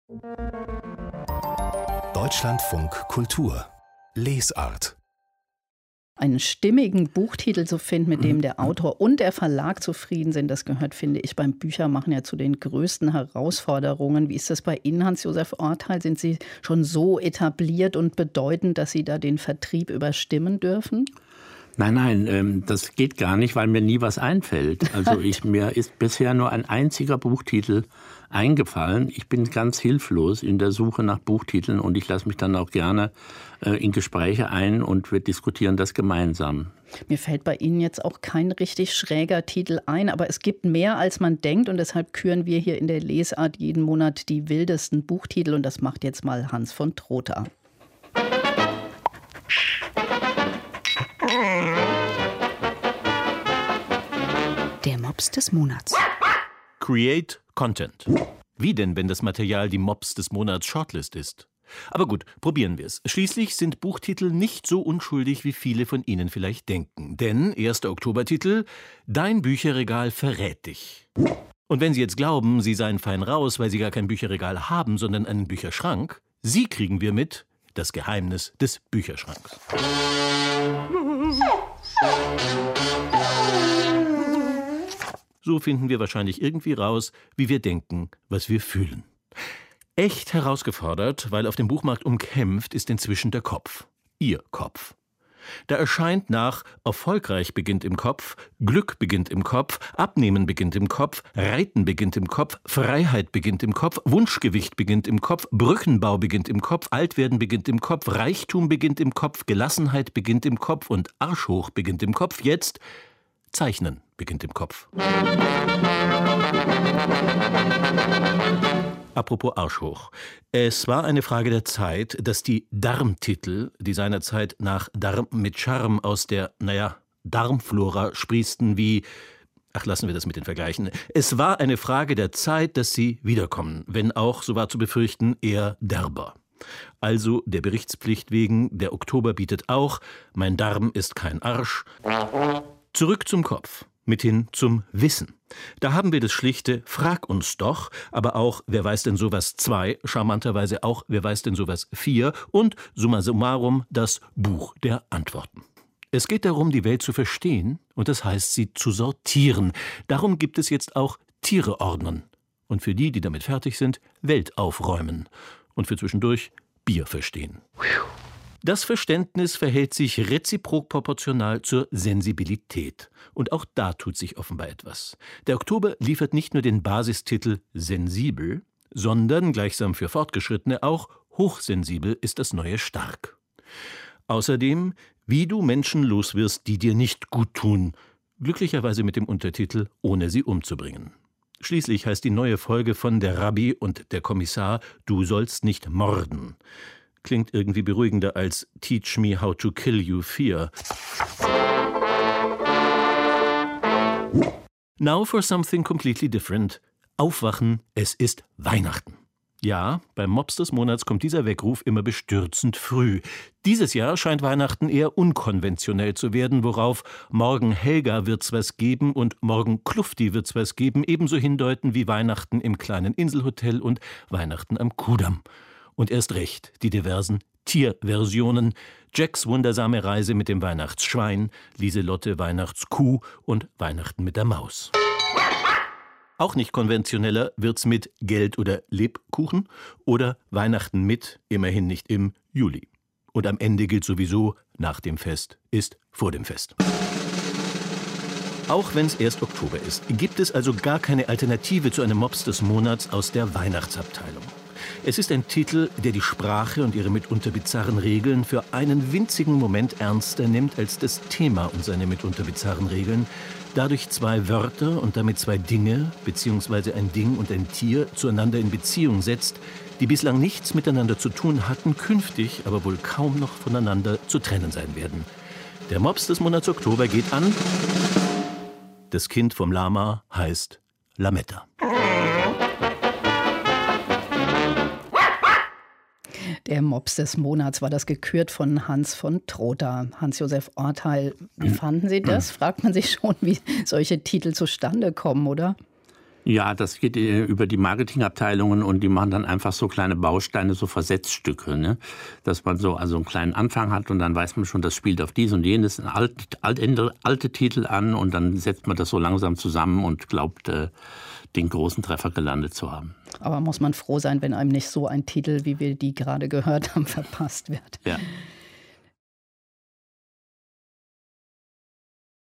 Deutschlandfunk Kultur Lesart. Einen stimmigen Buchtitel zu finden, mit dem der Autor und der Verlag zufrieden sind, das gehört, finde ich, beim Büchermachen ja zu den größten Herausforderungen. Wie ist das bei Ihnen, Hans-Josef Orteil? Sind Sie schon so etabliert und bedeutend, dass Sie da den Vertrieb überstimmen dürfen? Nein, das geht gar nicht, weil mir nie was einfällt. Also mir ist bisher nur ein einziger Buchtitel eingefallen. Ich bin ganz hilflos in der Suche nach Buchtiteln und ich lasse mich dann auch gerne in Gespräche ein und wir diskutieren das gemeinsam. Mir fällt bei Ihnen jetzt auch kein richtig schräger Titel ein, aber es gibt mehr, als man denkt und deshalb küren wir hier in der Lesart jeden Monat die wildesten Buchtitel und das macht jetzt mal Hans von Trotha. Der Mops des Monats. Create Content. Wie denn, wenn das Material die Mops des Monats Shortlist ist? Aber gut, probieren wir es. Schließlich sind Buchtitel nicht so unschuldig, wie viele von Ihnen vielleicht denken. Denn 1. Oktobertitel: Dein Bücherregal verrät dich. Und wenn Sie jetzt glauben, Sie seien fein raus, weil Sie gar kein Bücherregal haben, sondern einen Bücherschrank, Sie kriegen wir mit: Das Geheimnis des Bücherschranks. So finden wir wahrscheinlich irgendwie raus, wie wir denken, was wir fühlen. Echt herausgefordert, weil auf dem Buchmarkt umkämpft, ist inzwischen der Kopf. Ihr Kopf. Da erscheint nach Erfolgreich beginnt im Kopf, Glück beginnt im Kopf, Abnehmen beginnt im Kopf, Reiten beginnt im Kopf, Freiheit beginnt im Kopf, Wunschgewicht beginnt im Kopf, Brückenbau beginnt im Kopf, Altwerden beginnt im Kopf, Reichtum beginnt im Kopf, Gelassenheit beginnt im Kopf und Arschhoch beginnt im Kopf. Jetzt Zeichnen beginnt im Kopf. Apropos Arschhoch. Es war eine Frage der Zeit, dass die Darmtitel, die seinerzeit nach Darm mit Charme aus der, Darmflora sprießten wie... Ach, lassen wir das mit den Vergleichen. Es war eine Frage der Zeit, dass sie wiederkommen, wenn auch, so war zu befürchten, eher derber. Also der Berichtspflicht wegen, der Oktober bietet auch, mein Darm ist kein Arsch. Zurück zum Kopf, mithin zum Wissen. Da haben wir das schlichte Frag uns doch, aber auch Wer weiß denn sowas 2, charmanterweise auch Wer weiß denn sowas 4 und summa summarum das Buch der Antworten. Es geht darum, die Welt zu verstehen und das heißt, sie zu sortieren. Darum gibt es jetzt auch Tiere ordnen und für die, die damit fertig sind, Welt aufräumen und für zwischendurch Bier verstehen. Das Verständnis verhält sich reziprok proportional zur Sensibilität. Und auch da tut sich offenbar etwas. Der Oktober liefert nicht nur den Basistitel Sensibel, sondern, gleichsam für Fortgeschrittene, auch Hochsensibel ist das neue Stark. Außerdem, wie du Menschen los wirst, die dir nicht gut tun. Glücklicherweise mit dem Untertitel Ohne sie umzubringen. Schließlich heißt die neue Folge von Der Rabbi und der Kommissar Du sollst nicht morden. Klingt irgendwie beruhigender als Teach me how to kill you 4. Now for something completely different. Aufwachen, es ist Weihnachten. Ja, beim Mops des Monats kommt dieser Weckruf immer bestürzend früh. Dieses Jahr scheint Weihnachten eher unkonventionell zu werden, worauf morgen Helga wird's was geben und morgen Klufti wird's was geben ebenso hindeuten wie Weihnachten im kleinen Inselhotel und Weihnachten am Kudamm. Und erst recht die diversen Tierversionen. Jacks wundersame Reise mit dem Weihnachtsschwein, Lieselotte Weihnachtskuh und Weihnachten mit der Maus. Auch nicht konventioneller wird's mit Geld oder Lebkuchen oder Weihnachten mit, immerhin nicht im Juli. Und am Ende gilt sowieso, nach dem Fest ist vor dem Fest. Auch wenn es erst Oktober ist, gibt es also gar keine Alternative zu einem Mops des Monats aus der Weihnachtsabteilung. Es ist ein Titel, der die Sprache und ihre mitunter bizarren Regeln für einen winzigen Moment ernster nimmt als das Thema und seine mitunter bizarren Regeln, dadurch zwei Wörter und damit zwei Dinge, beziehungsweise ein Ding und ein Tier, zueinander in Beziehung setzt, die bislang nichts miteinander zu tun hatten, künftig aber wohl kaum noch voneinander zu trennen sein werden. Der Mops des Monats Oktober geht an... Das Kind vom Lama heißt Lametta. Der Mops des Monats war das gekürt von Hans von Trotha. Hans-Josef Orteil, wie fanden Sie das? Fragt man sich schon, wie solche Titel zustande kommen, oder? Ja, das geht über die Marketingabteilungen und die machen dann einfach so kleine Bausteine, so Versetzstücke, ne? Dass man so also einen kleinen Anfang hat und dann weiß man schon, das spielt auf dies und jenes alte Titel an und dann setzt man das so langsam zusammen und glaubt, den großen Treffer gelandet zu haben. Aber muss man froh sein, wenn einem nicht so ein Titel, wie wir die gerade gehört haben, verpasst wird. Ja.